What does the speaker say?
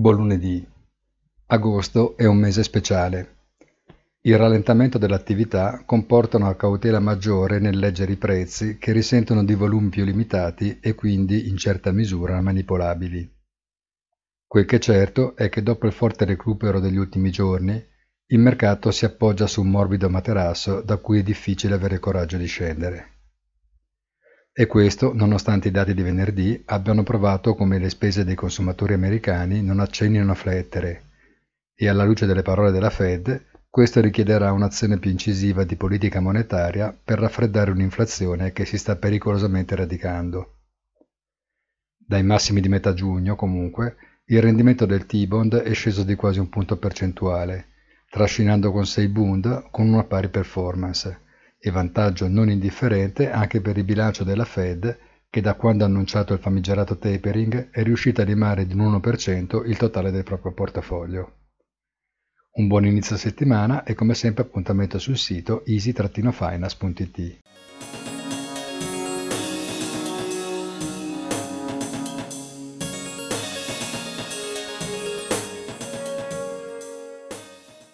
Buon lunedì. Agosto è un mese speciale. Il rallentamento dell'attività comporta una cautela maggiore nel leggere i prezzi che risentono di volumi più limitati e quindi in certa misura manipolabili. Quel che è certo è che dopo il forte recupero degli ultimi giorni, il mercato si appoggia su un morbido materasso da cui è difficile avere coraggio di scendere. E questo nonostante i dati di venerdì abbiano provato come le spese dei consumatori americani non accennino a flettere, e alla luce delle parole della Fed, questo richiederà un'azione più incisiva di politica monetaria per raffreddare un'inflazione che si sta pericolosamente radicando. Dai massimi di metà giugno, comunque, il rendimento del T-Bond è sceso di quasi un punto percentuale, trascinando con sé i Bund con una pari performance, e vantaggio non indifferente anche per il bilancio della Fed che da quando ha annunciato il famigerato tapering è riuscita a limare di un 1% il totale del proprio portafoglio. Un buon inizio settimana e come sempre appuntamento sul sito easy-finance.it.